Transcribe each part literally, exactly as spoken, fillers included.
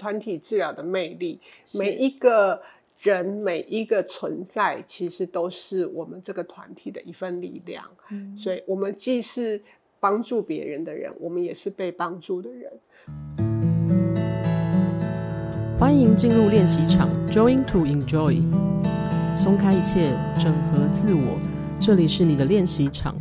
团体治疗的魅力，每一个人每一个存在其实都是我们这个团体的一份力量、嗯、所以我们既是帮助别人的人，我们也是被帮助的人。 欢迎进入练习场 Join to Enjoy， 松开一切，整合自我，这里是你的练习场。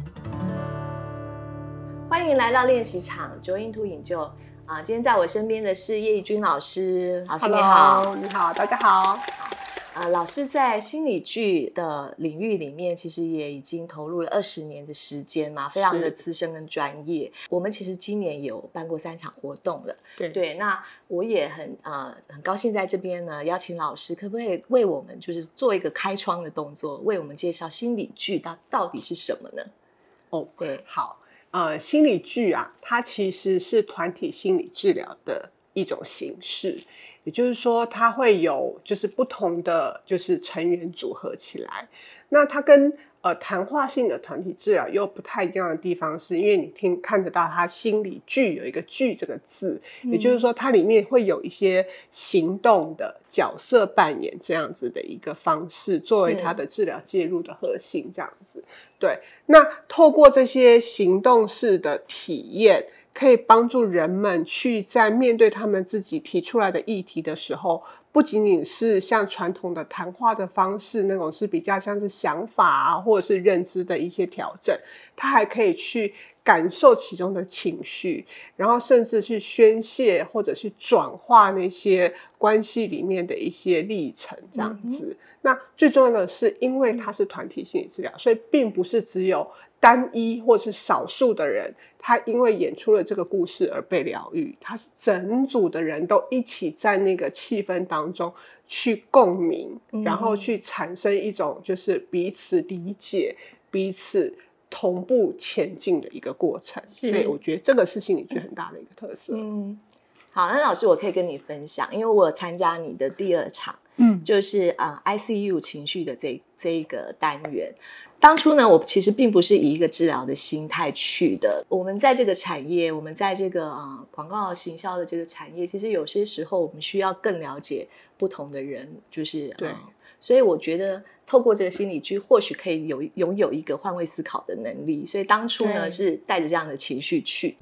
欢迎来到练习场 Join to Enjoy、啊、今天在我身边的是叶怡君老师。老师你好。 Hello， 你好，大家好。 呃，老师在心理剧的领域里面其实也已经投入了二十年的时间嘛，非常的资深跟专业。我们其实今年有办过三场活动了。对对，那我也很呃很高兴在这边呢邀请老师，可不可以为我们就是做一个开窗的动作，为我们介绍心理剧到到底是什么呢？ 哦，对，好。呃，心理剧啊，它其实是团体心理治疗的一种形式，也就是说，它会有就是不同的就是成员组合起来。那它跟呃谈话性的团体治疗又不太一样的地方是，因为你听看得到它心理剧有一个剧这个字、嗯、也就是说它里面会有一些行动的角色扮演这样子的一个方式作为它的治疗介入的核心这样子。对，那透过这些行动式的体验，可以帮助人们去在面对他们自己提出来的议题的时候，不仅仅是像传统的谈话的方式那种是比较像是想法啊或者是认知的一些调整，它还可以去感受其中的情绪，然后甚至去宣泄或者去转化那些关系里面的一些历程这样子、嗯、那最重要的是因为它是团体心理治疗，所以并不是只有单一或是少数的人他因为演出了这个故事而被疗愈，他是整组的人都一起在那个气氛当中去共鸣、嗯、然后去产生一种就是彼此理解彼此同步前进的一个过程。所以我觉得这个是心理剧很大的一个特色。嗯， 好，那老师我可以跟你分享，因为我有参加你的第二场，嗯，就是、呃、I C U 情绪的这这一个单元。当初呢，我其实并不是以一个治疗的心态去的。我们在这个产业，我们在这个呃广告行销的这个产业，其实有些时候我们需要更了解不同的人，就是对、呃，所以我觉得透过这个心理剧，或许可以有拥有一个换位思考的能力。所以当初呢，是带着这样的情绪去。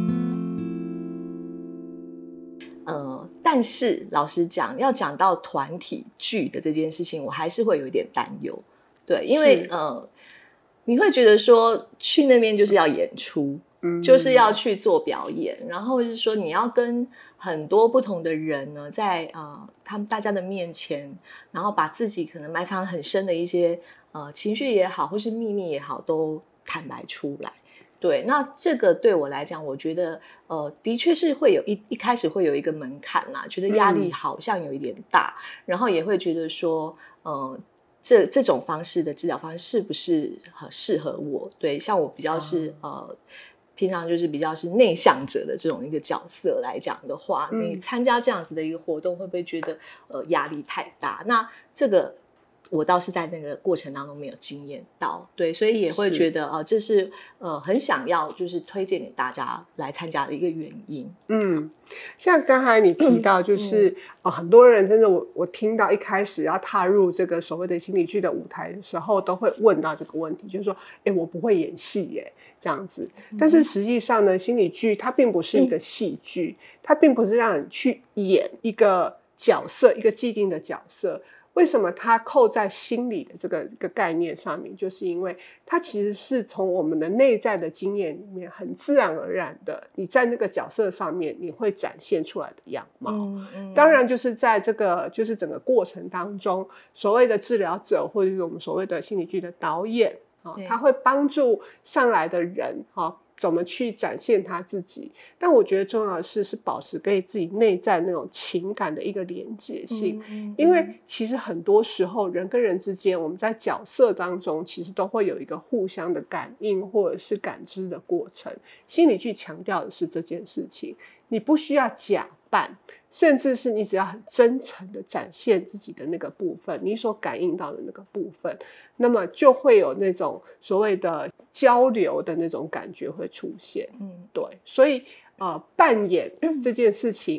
呃，但是老实讲，要讲到团体剧的这件事情，我还是会有一点担忧。对，因为呃，你会觉得说去那边就是要演出、嗯、就是要去做表演，然后是说你要跟很多不同的人呢，在呃他们大家的面前，然后把自己可能埋藏很深的一些呃情绪也好，或是秘密也好，都坦白出来。对，那这个对我来讲，我觉得呃，的确是会有一一开始会有一个门槛啦，觉得压力好像有一点大，嗯、然后也会觉得说呃。这这种方式的治疗方式是不是很适合我？对，像我比较是、嗯、呃，平常就是比较是内向者的这种一个角色来讲的话，嗯、你参加这样子的一个活动，会不会觉得呃压力太大？那这个我倒是在那个过程当中没有经验到，对，所以也会觉得呃，这是呃很想要就是推荐给大家来参加的一个原因。嗯， 像刚才你提到就是、嗯呃、很多人真的我我听到一开始要踏入这个所谓的心理剧的舞台的时候，都会问到这个问题，就是说哎，我不会演戏耶这样子。但是实际上呢，心理剧它并不是一个戏剧、嗯、它并不是让你去演一个角色，一个既定的角色。为什么它扣在心理的这个一个概念上面，就是因为它其实是从我们的内在的经验里面很自然而然的，你在那个角色上面你会展现出来的样貌、嗯嗯、当然就是在这个就是整个过程当中，所谓的治疗者或者是我们所谓的心理剧的导演、哦、他会帮助上来的人、哦怎么去展现他自己。但我觉得重要的是是保持跟自己内在那种情感的一个连结性、嗯嗯嗯、因为其实很多时候人跟人之间，我们在角色当中其实都会有一个互相的感应或者是感知的过程。心理剧强调的是这件事情，你不需要假扮，甚至是你只要很真诚的展现自己的那个部分，你所感应到的那个部分，那么就会有那种所谓的交流的那种感觉会出现。嗯，对，所以呃，扮演这件事情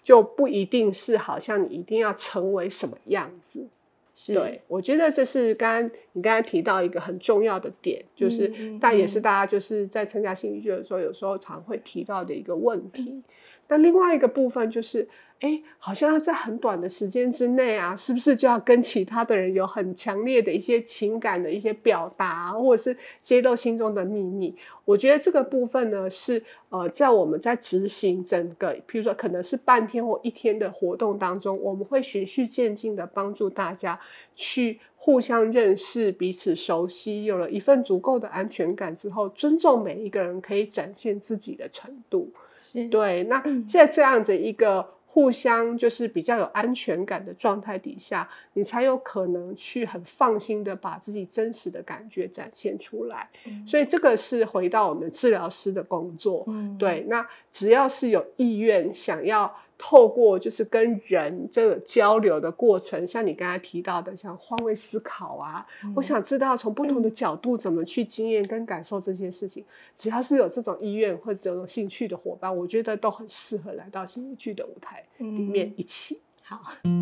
就不一定是好像你一定要成为什么样子。 是， 对，我觉得这是刚刚你刚才提到一个很重要的点，就是、嗯嗯、但也是大家就是在参加心理剧的时候有时候常会提到的一个问题、嗯、那另外一个部分就是哎，好像要在很短的时间之内啊，是不是就要跟其他的人有很强烈的一些情感的一些表达，或者是揭露心中的秘密？我觉得这个部分呢，是呃，在我们在执行整个，譬如说可能是半天或一天的活动当中，我们会循序渐进的帮助大家去互相认识、彼此熟悉，有了一份足够的安全感之后，尊重每一个人可以展现自己的程度。 是， 对，那在这样的一个互相就是比较有安全感的状态底下，你才有可能去很放心的把自己真实的感觉展现出来、嗯、所以这个是回到我们治疗师的工作、嗯、对，那只要是有意愿想要透过就是跟人这个交流的过程，像你刚才提到的像换位思考啊、嗯、我想知道从不同的角度怎么去经验跟感受这些事情、嗯、只要是有这种意愿或者这种兴趣的伙伴，我觉得都很适合来到心理剧的舞台里面一起、嗯、 好。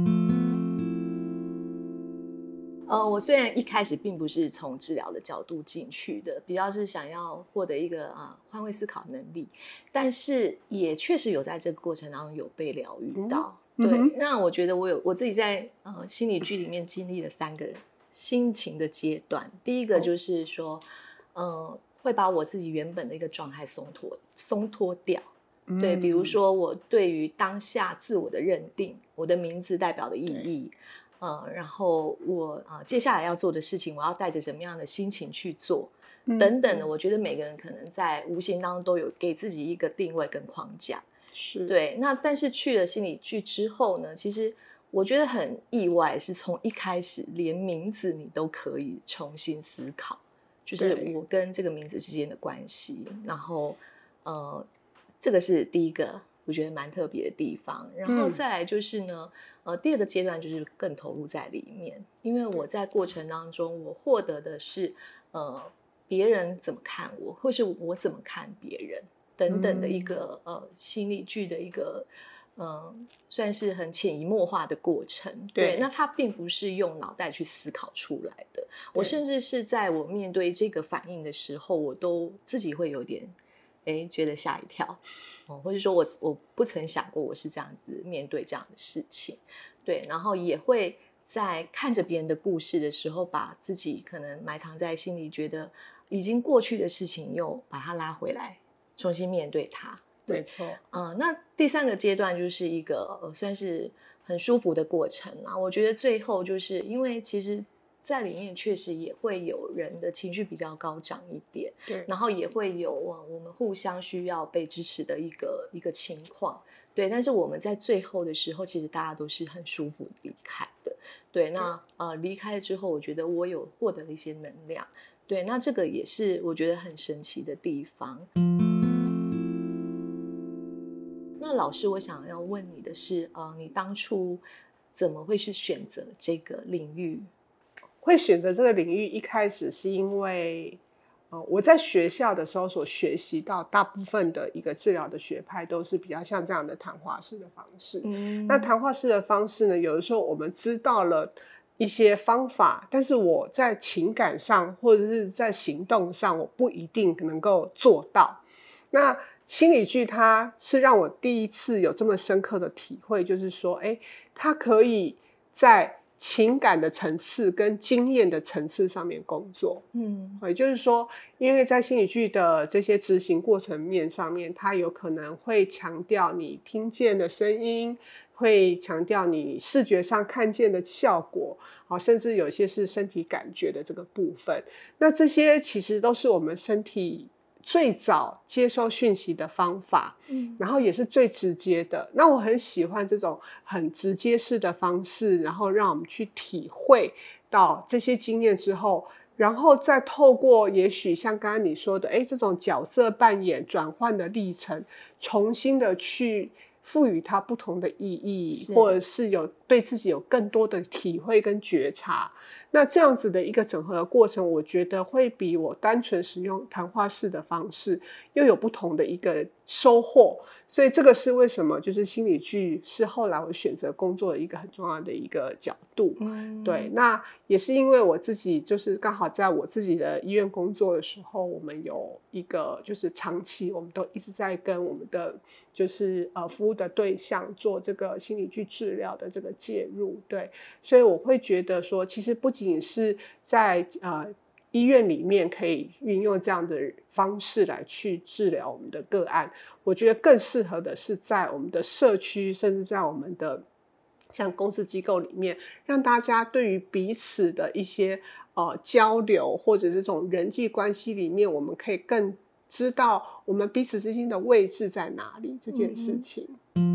呃，我虽然一开始并不是从治疗的角度进去的，比较是想要获得一个啊换位思考能力，但是也确实有在这个过程当中有被疗愈到。嗯、对、嗯，那我觉得我有我自己在呃心理剧里面经历了三个心情的阶段。第一个就是说，呃，会把我自己原本的一个状态松脱松脱掉。对，比如说我对于当下自我的认定，我的名字代表的意义。呃，然后我、呃、接下来要做的事情，我要带着什么样的心情去做，嗯、等等的。我觉得每个人可能在无形当中都有给自己一个定位跟框架。 是， 对。那但是去了心理剧之后呢，其实我觉得很意外，是从一开始连名字你都可以重新思考，就是我跟这个名字之间的关系。然后呃，这个是第一个我觉得蛮特别的地方。然后再来就是呢、嗯、呃，第二个阶段就是更投入在里面，因为我在过程当中我获得的是呃别人怎么看我，或是我怎么看别人等等的一个、嗯、呃心理剧的一个呃算是很潜移默化的过程。 对, 对，那它并不是用脑袋去思考出来的，我甚至是在我面对这个反应的时候，我都自己会有点哎，觉得吓一跳、哦、或者说我我不曾想过我是这样子面对这样的事情。对，然后也会在看着别人的故事的时候，把自己可能埋藏在心里觉得已经过去的事情又把它拉回来，重新面对它。 没错、 呃、那第三个阶段就是一个、呃、算是很舒服的过程啊。我觉得最后就是因为其实在里面确实也会有人的情绪比较高涨一点，对，然后也会有、呃、我们互相需要被支持的一个一个情况。对，但是我们在最后的时候其实大家都是很舒服离开的。对，那呃离开了之后，我觉得我有获得了一些能量。对，那这个也是我觉得很神奇的地方。那老师，我想要问你的是呃你当初怎么会去选择这个领域？ 会选择这个领域一开始是因为、呃、我在学校的时候所学习到大部分的一个治疗的学派都是比较像这样的谈话式的方式、嗯、那谈话式的方式呢，有的时候我们知道了一些方法，但是我在情感上或者是在行动上我不一定能够做到。那心理剧它是让我第一次有这么深刻的体会，就是说哎，它可以在情感的层次跟经验的层次上面工作。嗯，也就是说因为在心理剧的这些执行过程面上面，它有可能会强调你听见的声音，会强调你视觉上看见的效果，甚至有些是身体感觉的这个部分。那这些其实都是我们身体最早接收讯息的方法、嗯、然后也是最直接的。那我很喜欢这种很直接式的方式，然后让我们去体会到这些经验之后，然后再透过也许像刚刚你说的，诶，这种角色扮演转换的历程，重新的去赋予它不同的意义，或者是有对自己有更多的体会跟觉察。那这样子的一个整合的过程，我觉得会比我单纯使用谈话式的方式又有不同的一个收获。所以这个是为什么就是心理剧是后来我选择工作的一个很重要的一个角度。嗯，对，那也是因为我自己就是刚好在我自己的医院工作的时候，我们有一个就是长期我们都一直在跟我们的就是呃服务的对象做这个心理剧治疗的这个介入。对，所以我会觉得说，其实不仅是在呃医院里面可以运用这样的方式来去治疗我们的个案，我觉得更适合的是在我们的社区，甚至在我们的像公司机构里面，让大家对于彼此的一些呃交流或者这种人际关系里面，我们可以更知道我们彼此之间的位置在哪里这件事情。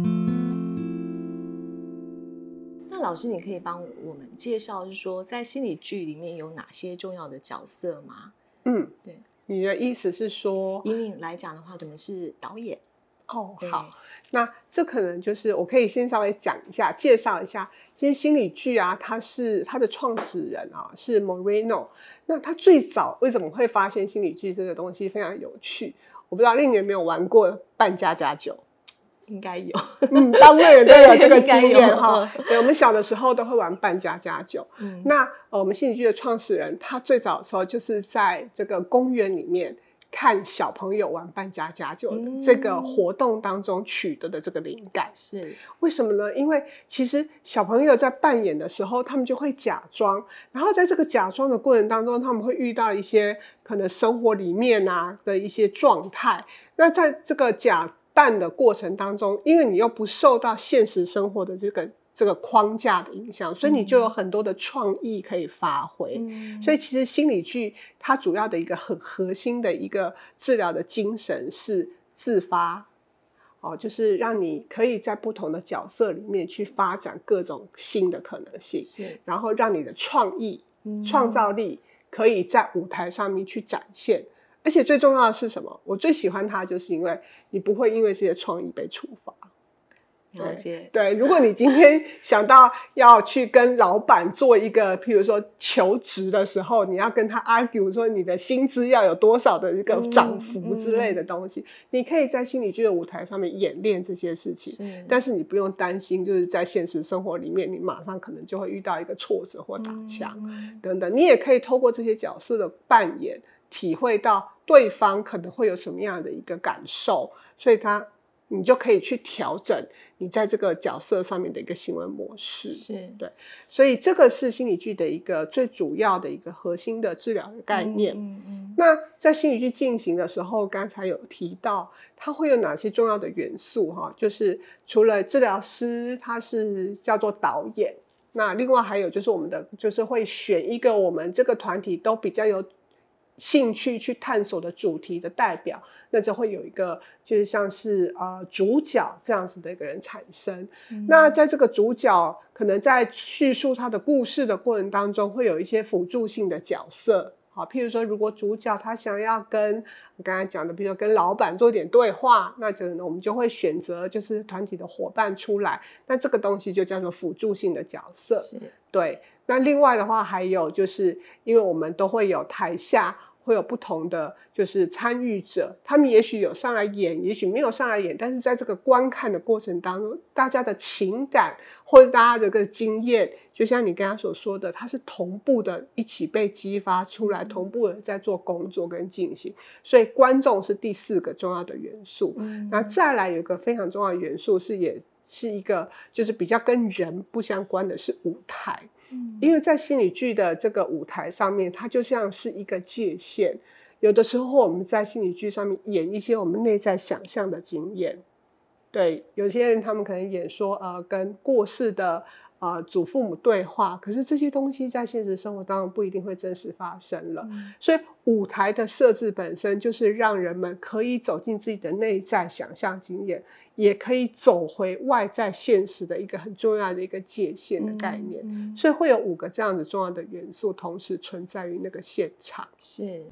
那老师，你可以帮我们介绍，是说在心理剧里面有哪些重要的角色吗？ 嗯， 对， 你的意思是说， 以你来讲的话，可能是导演。 哦，好，那这可能就是我可以先稍微讲一下，介绍一下。其实心理剧啊，它是它的创始人啊是 Moreno。那他最早为什么会发现心理剧这个东西非常有趣？我不知道令你有没有玩过扮家家酒。 应该有， 嗯，大部分人都有这个经验哈。对，我们小的时候都会玩扮家家酒。嗯，那呃，我们心理剧的创始人，他最早的时候就是在这个公园里面看小朋友玩扮家家酒的这个活动当中取得的这个灵感。 是为什么呢？因为其实小朋友在扮演的时候，他们就会假装，然后在这个假装的过程当中，他们会遇到一些可能生活里面啊的一些状态。那在这个假扮的过程当中，因为你又不受到现实生活的这个这个框架的影响，所以你就有很多的创意可以发挥。嗯，所以其实心理剧它主要的一个很核心的一个治疗的精神是自发。哦，就是让你可以在不同的角色里面去发展各种新的可能性，是，然后让你的创意、嗯、创造力可以在舞台上面去展现。而且最重要的是什么？我最喜欢它，就是因为你不会因为这些创意被处罚。 了解。 对，如果你今天想到要去跟老板做一个，譬如说求职的时候，你要跟他 argue 说你的薪资要有多少的一个涨幅之类的东西，嗯嗯、你可以在心理剧的舞台上面演练这些事情，是，但是你不用担心，就是在现实生活里面，你马上可能就会遇到一个挫折或打枪、嗯、等等。你也可以透过这些角色的扮演，体会到对方可能会有什么样的一个感受，所以他你就可以去调整你在这个角色上面的一个行为模式。是，对，所以这个是心理剧的一个最主要的一个核心的治疗的概念。嗯嗯嗯，那在心理剧进行的时候，刚才有提到它会有哪些重要的元素哈？就是除了治疗师，他是叫做导演，那另外还有就是我们的就是会选一个我们这个团体都比较有兴趣去探索的主题的代表，那就会有一个就是像是呃主角这样子的一个人产生、嗯、那在这个主角可能在叙述他的故事的过程当中会有一些辅助性的角色。好，譬如说如果主角他想要跟我刚才讲的比如说跟老板做点对话，那可能我们就会选择就是团体的伙伴出来，那这个东西就叫做辅助性的角色。是，对。那另外的话还有就是因为我们都会有台下会有不同的就是参与者，他们也许有上来演，也许没有上来演，但是在这个观看的过程当中，大家的情感或者大家的这个经验，就像你刚刚所说的，它是同步的一起被激发出来，同步的在做工作跟进行，所以观众是第四个重要的元素。嗯，那再来有一个非常重要的元素是也是一个就是比较跟人不相关的是舞台。因为在心理剧的这个舞台上面，它就像是一个界限，有的时候我们在心理剧上面演一些我们内在想象的经验。对，有些人他们可能演说呃跟过世的呃祖父母对话，可是这些东西在现实生活当中不一定会真实发生了、嗯、所以舞台的设置本身就是让人们可以走进自己的内在想象经验，也可以走回外在现实的一个很重要的一个界限的概念、嗯嗯、所以会有五个这样子重要的元素同时存在于那个现场。 是。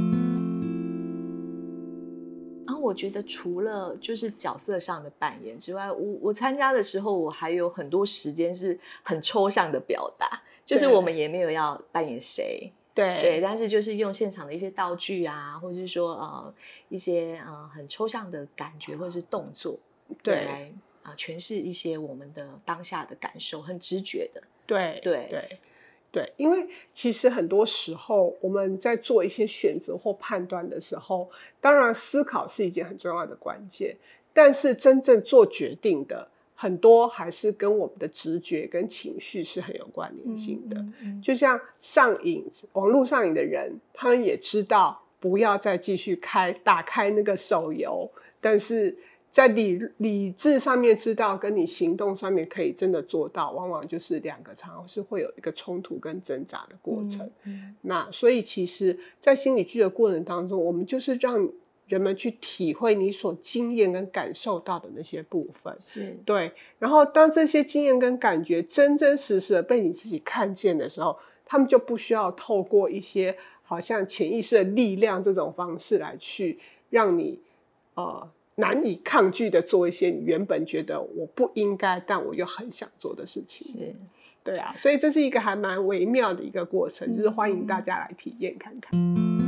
然后我觉得除了就是角色上的扮演之外，我我参加的时候我还有很多时间是很抽象的表达，就是我们也没有要扮演谁， 对对，但是就是用现场的一些道具啊，或者是说呃一些呃很抽象的感觉或者是动作， 对来啊、呃、诠释一些我们的当下的感受，很直觉的。 对对对对，因为其实很多时候我们在做一些选择或判断的时候，当然思考是一件很重要的关键，但是真正做决定的很多还是跟我们的直觉跟情绪是很有关联性的。 嗯嗯就像上瘾网络上瘾的人，他们也知道不要再继续开打开那个手游，但是在理理智上面知道跟你行动上面可以真的做到，往往就是两个常常是会有一个冲突跟挣扎的过程。 嗯嗯那所以其实在心理剧的过程当中，我们就是让人们去体会你所经验跟感受到的那些部分。 是对，然后当这些经验跟感觉真真实实的被你自己看见的时候，他们就不需要透过一些好像潜意识的力量这种方式来去让你呃难以抗拒的做一些你原本觉得我不应该但我又很想做的事情。 是， 对啊，所以这是一个还蛮微妙的一个过程，就是欢迎大家来体验看看。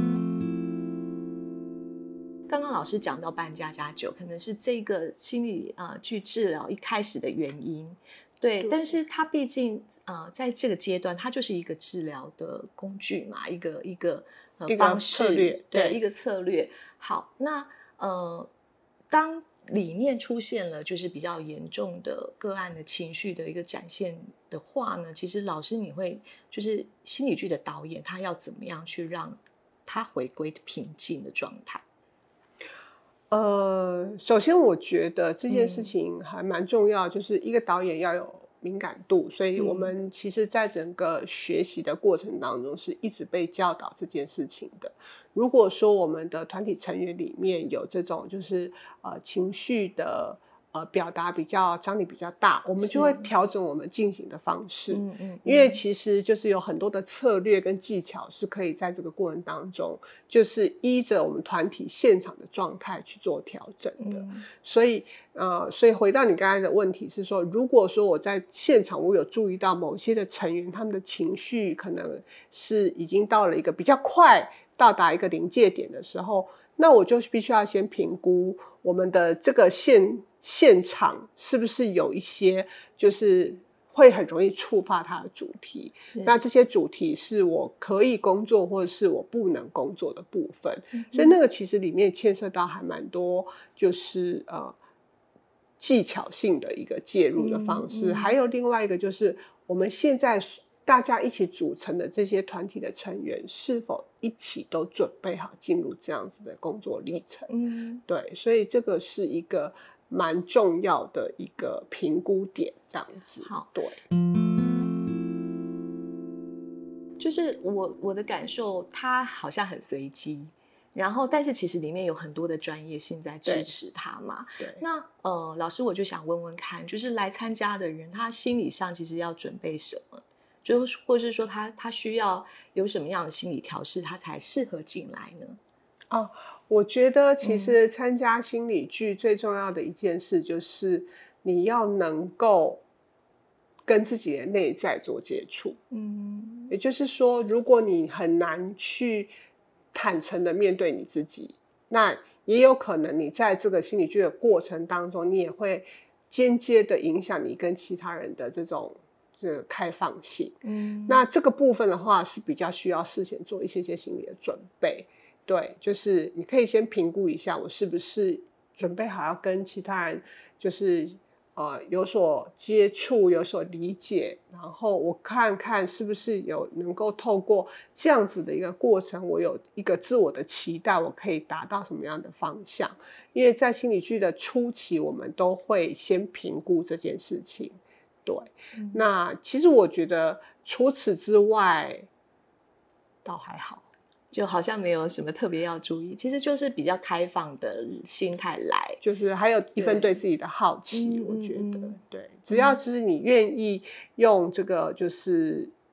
刚刚老师讲到扮家家酒，可能是这个心理呃剧治疗一开始的原因，对， 对但是它毕竟呃在这个阶段，它就是一个治疗的工具嘛，一个一个呃一个方式， 策略对对，一个策略。好，那呃当里面出现了就是比较严重的个案的情绪的一个展现的话呢，其实老师你会就是心理剧的导演，他要怎么样去让他回归平静的状态？ 呃，首先我觉得这件事嗯情还蛮重要，就是一个导演要有敏感度，所以我们其实在整个学习的过程当中是一直被教导这件事情的。如果说我们的团体成员里面有这种就是呃情绪的呃表达比较张力比较大，我们就会调整我们进行的方式。 嗯嗯， 因为其实就是有很多的策略跟技巧是可以在这个过程当中，就是依着我们团体现场的状态去做调整的。 嗯所以呃，所以回到你刚才的问题是说，如果说我在现场我有注意到某些的成员他们的情绪可能是已经到了一个比较快到达一个临界点的时候，那我就必须要先评估我们的这个现现场是不是有一些就是会很容易触发它的主题， 是那这些主题是我可以工作或者是我不能工作的部分。 嗯所以那个其实里面牵涉到还蛮多就是呃技巧性的一个介入的方式， 嗯嗯还有另外一个就是我们现在大家一起组成的这些团体的成员是否一起都准备好进入这样子的工作历程。 嗯对，所以这个是一个蛮重要的一个评估点，这样子。 好， 对， 就是我我的感受，它好像很随机，然后但是其实里面有很多的专业性在支持他嘛。 对， 那呃，老师我就想问问看，就是来参加的人，他心理上其实要准备什么？就或是说他他需要有什么样的心理调试，他才适合进来呢？ 哦，我觉得其实参加心理剧最重要的一件事就是你要能够跟自己的内在做接触。 嗯也就是说，如果你很难去坦诚的面对你自己，那也有可能你在这个心理剧的过程当中，你也会间接的影响你跟其他人的这种这个开放性。 嗯， 那这个部分的话是比较需要事先做一些些心理的准备。对，就是你可以先评估一下，我是不是准备好要跟其他人就是呃有所接触，有所理解，然后我看看是不是有能够透过这样子的一个过程，我有一个自我的期待，我可以达到什么样的方向。因为在心理剧的初期，我们都会先评估这件事情。对， 嗯那其实我觉得除此之外倒还好。 就好像没有什么特别要注意，其实就是比较开放的心态来， 就是还有一份对自己的好奇， 嗯我觉得、 嗯嗯对，只要就是你愿意用这个就是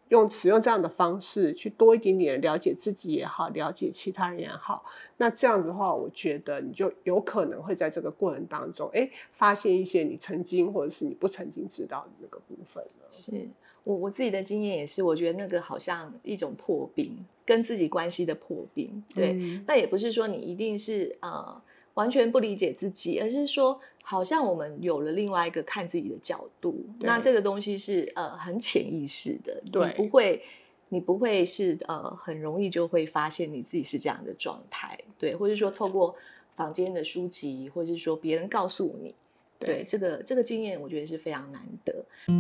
用使用这样的方式去多一点点了解自己也好，了解其他人也好，那这样子的话，我觉得你就有可能会在这个过程当中，哎，发现一些你曾经或者是你不曾经知道的那个部分了。 是我我自己的经验也是，我觉得那个好像一种破冰，跟自己关系的破冰。对，嗯、那也不是说你一定是呃完全不理解自己，而是说好像我们有了另外一个看自己的角度，那这个东西是呃很潜意识的， 对， 你不会你不会是呃很容易就会发现你自己是这样的状态，对，或者说透过坊间的书籍，或者是说别人告诉你，对，对这个这个经验，我觉得是非常难得。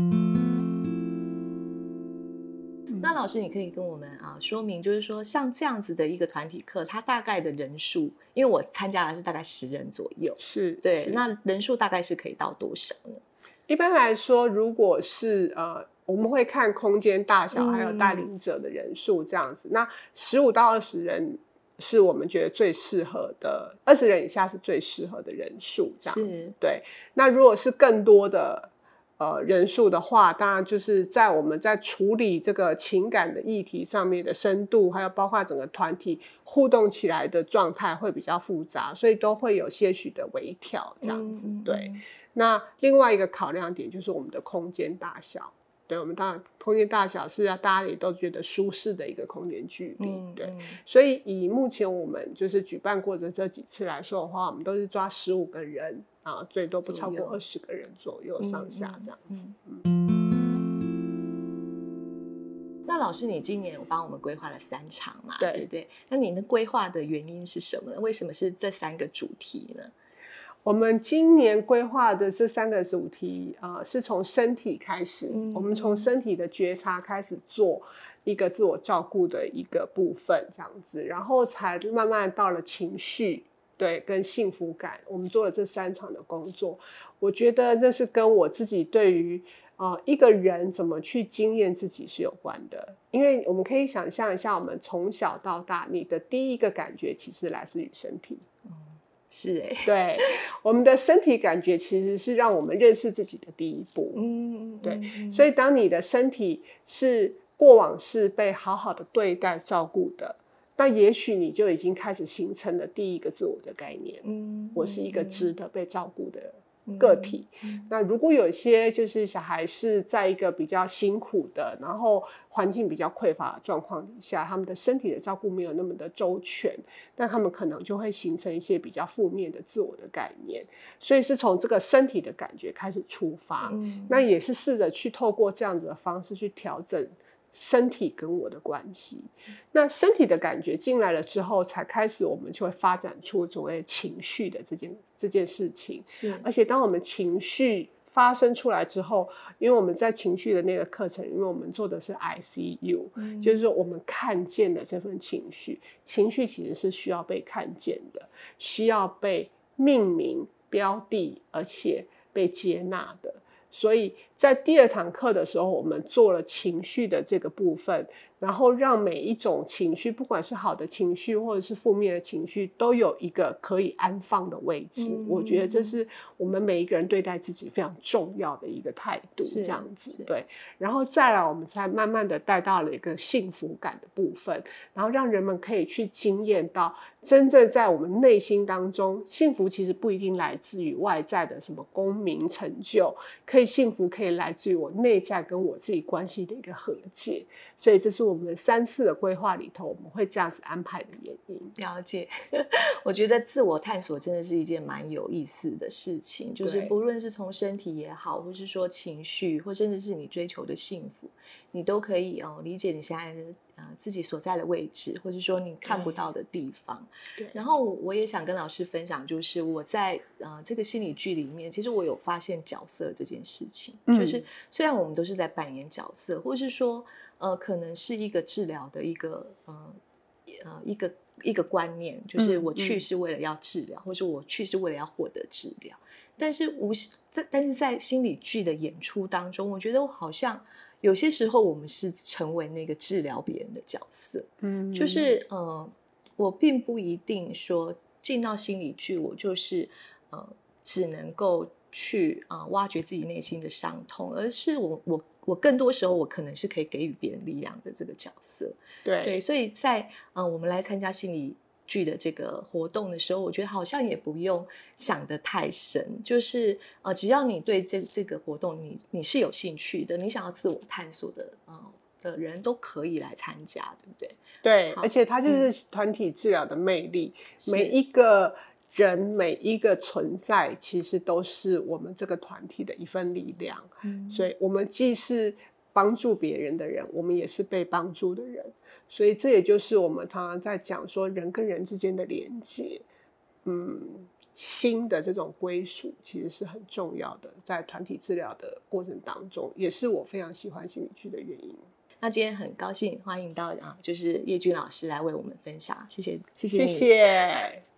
那老师，你可以跟我们啊说明，就是说像这样子的一个团体课，它大概的人数，因为我参加的是大概十人左右， 是对， 是那人数大概是可以到多少呢？ 一般来说，如果是呃，我们会看空间大小，还有带领者的人数这样子。嗯、那十五到二十人是我们觉得最适合的，二十人以下是最适合的人数这样子。对，那如果是更多的。呃，人数的话，当然就是在我们在处理这个情感的议题上面的深度，还有包括整个团体互动起来的状态会比较复杂，所以都会有些许的微调这样子。嗯、对，那另外一个考量点就是我们的空间大小。对，我们当然空间大小是要大家也都觉得舒适的一个空间距离。嗯、对，所以以目前我们就是举办过的这几次来说的话，我们都是抓十五个人。啊，最多不超过二十个人左右上下这样子。嗯嗯嗯、那老师，你今年有帮我们规划了三场嘛？ 对对不对？那你的规划的原因是什么呢？为什么是这三个主题呢？ 我们今年规划的这三个主题，呃，是从身体开始，嗯、我们从身体的觉察开始做一个自我照顾的一个部分，这样子，然后才慢慢到了情绪。对，跟幸福感，我们做了这三场的工作，我觉得那是跟我自己对于呃一个人怎么去经验自己是有关的。因为我们可以想象一下，我们从小到大，你的第一个感觉其实来自于身体。 嗯，是哎、 欸，对，我们的身体感觉其实是让我们认识自己的第一步。嗯，对，嗯、所以当你的身体是过往是被好好的对待照顾的。那也许你就已经开始形成了第一个自我的概念，嗯，我是一个值得被照顾的个体。嗯嗯、那如果有些就是小孩是在一个比较辛苦的，然后环境比较匮乏的状况底下，他们的身体的照顾没有那么的周全，那他们可能就会形成一些比较负面的自我的概念。所以是从这个身体的感觉开始出发，嗯、那也是试着去透过这样子的方式去调整身体跟我的关系。那身体的感觉进来了之后，才开始我们就会发展出所谓情绪的这件这件事情。是，而且当我们情绪发生出来之后，因为我们在情绪的那个课程，因为我们做的是 I C U，嗯、就是说我们看见了这份情绪，情绪其实是需要被看见的，需要被命名标的，而且被接纳的。所以在第二堂课的时候，我们做了情绪的这个部分，然后让每一种情绪，不管是好的情绪或者是负面的情绪，都有一个可以安放的位置。嗯、我觉得这是我们每一个人对待自己非常重要的一个态度，这样子。对，然后再来，我们才慢慢的带到了一个幸福感的部分，然后让人们可以去经验到真正在我们内心当中，幸福其实不一定来自于外在的什么功名成就，可以幸福可以来自于我内在跟我自己关系的一个和解。所以这是我们三次的规划里头我们会这样子安排的原因。 了解。我觉得自我探索真的是一件蛮有意思的事情，就是不论是从身体也好，或是说情绪，或甚至是你追求的幸福，你都可以、哦、理解你现在的、呃、自己所在的位置，或是说你看不到的地方。对，然后我也想跟老师分享，就是我在、呃、这个心理剧里面，其实我有发现角色这件事情、嗯、就是虽然我们都是在扮演角色，或是说呃，可能是一个治疗的一个呃呃一个一个观念，就是我去是为了要治疗、嗯嗯、或者我去是为了要获得治疗，但是无但是在心理剧的演出当中，我觉得好像有些时候我们是成为那个治疗别人的角色。嗯，就是呃我并不一定说进到心理剧我就是呃只能够去啊、呃、挖掘自己内心的伤痛，而是我我我更多时候我可能是可以给予别人力量的这个角色。 对对，所以在呃我们来参加心理剧的这个活动的时候，我觉得好像也不用想得太深，就是呃只要你对这这个活动你你是有兴趣的，你想要自我探索的呃的人都可以来参加，对不对？ 对，而且它就是团体治疗的魅力， 嗯、 每一个人每一个存在其实都是我们这个团体的一份力量、嗯、所以我们既是帮助别人的人，我们也是被帮助的人，所以这也就是我们常常在讲说人跟人之间的连接，嗯，心的这种归属其实是很重要的，在团体治疗的过程当中，也是我非常喜欢心理剧的原因。 那今天很高兴欢迎到啊，就是叶君老师来为我们分享，谢谢，谢谢你， 谢谢。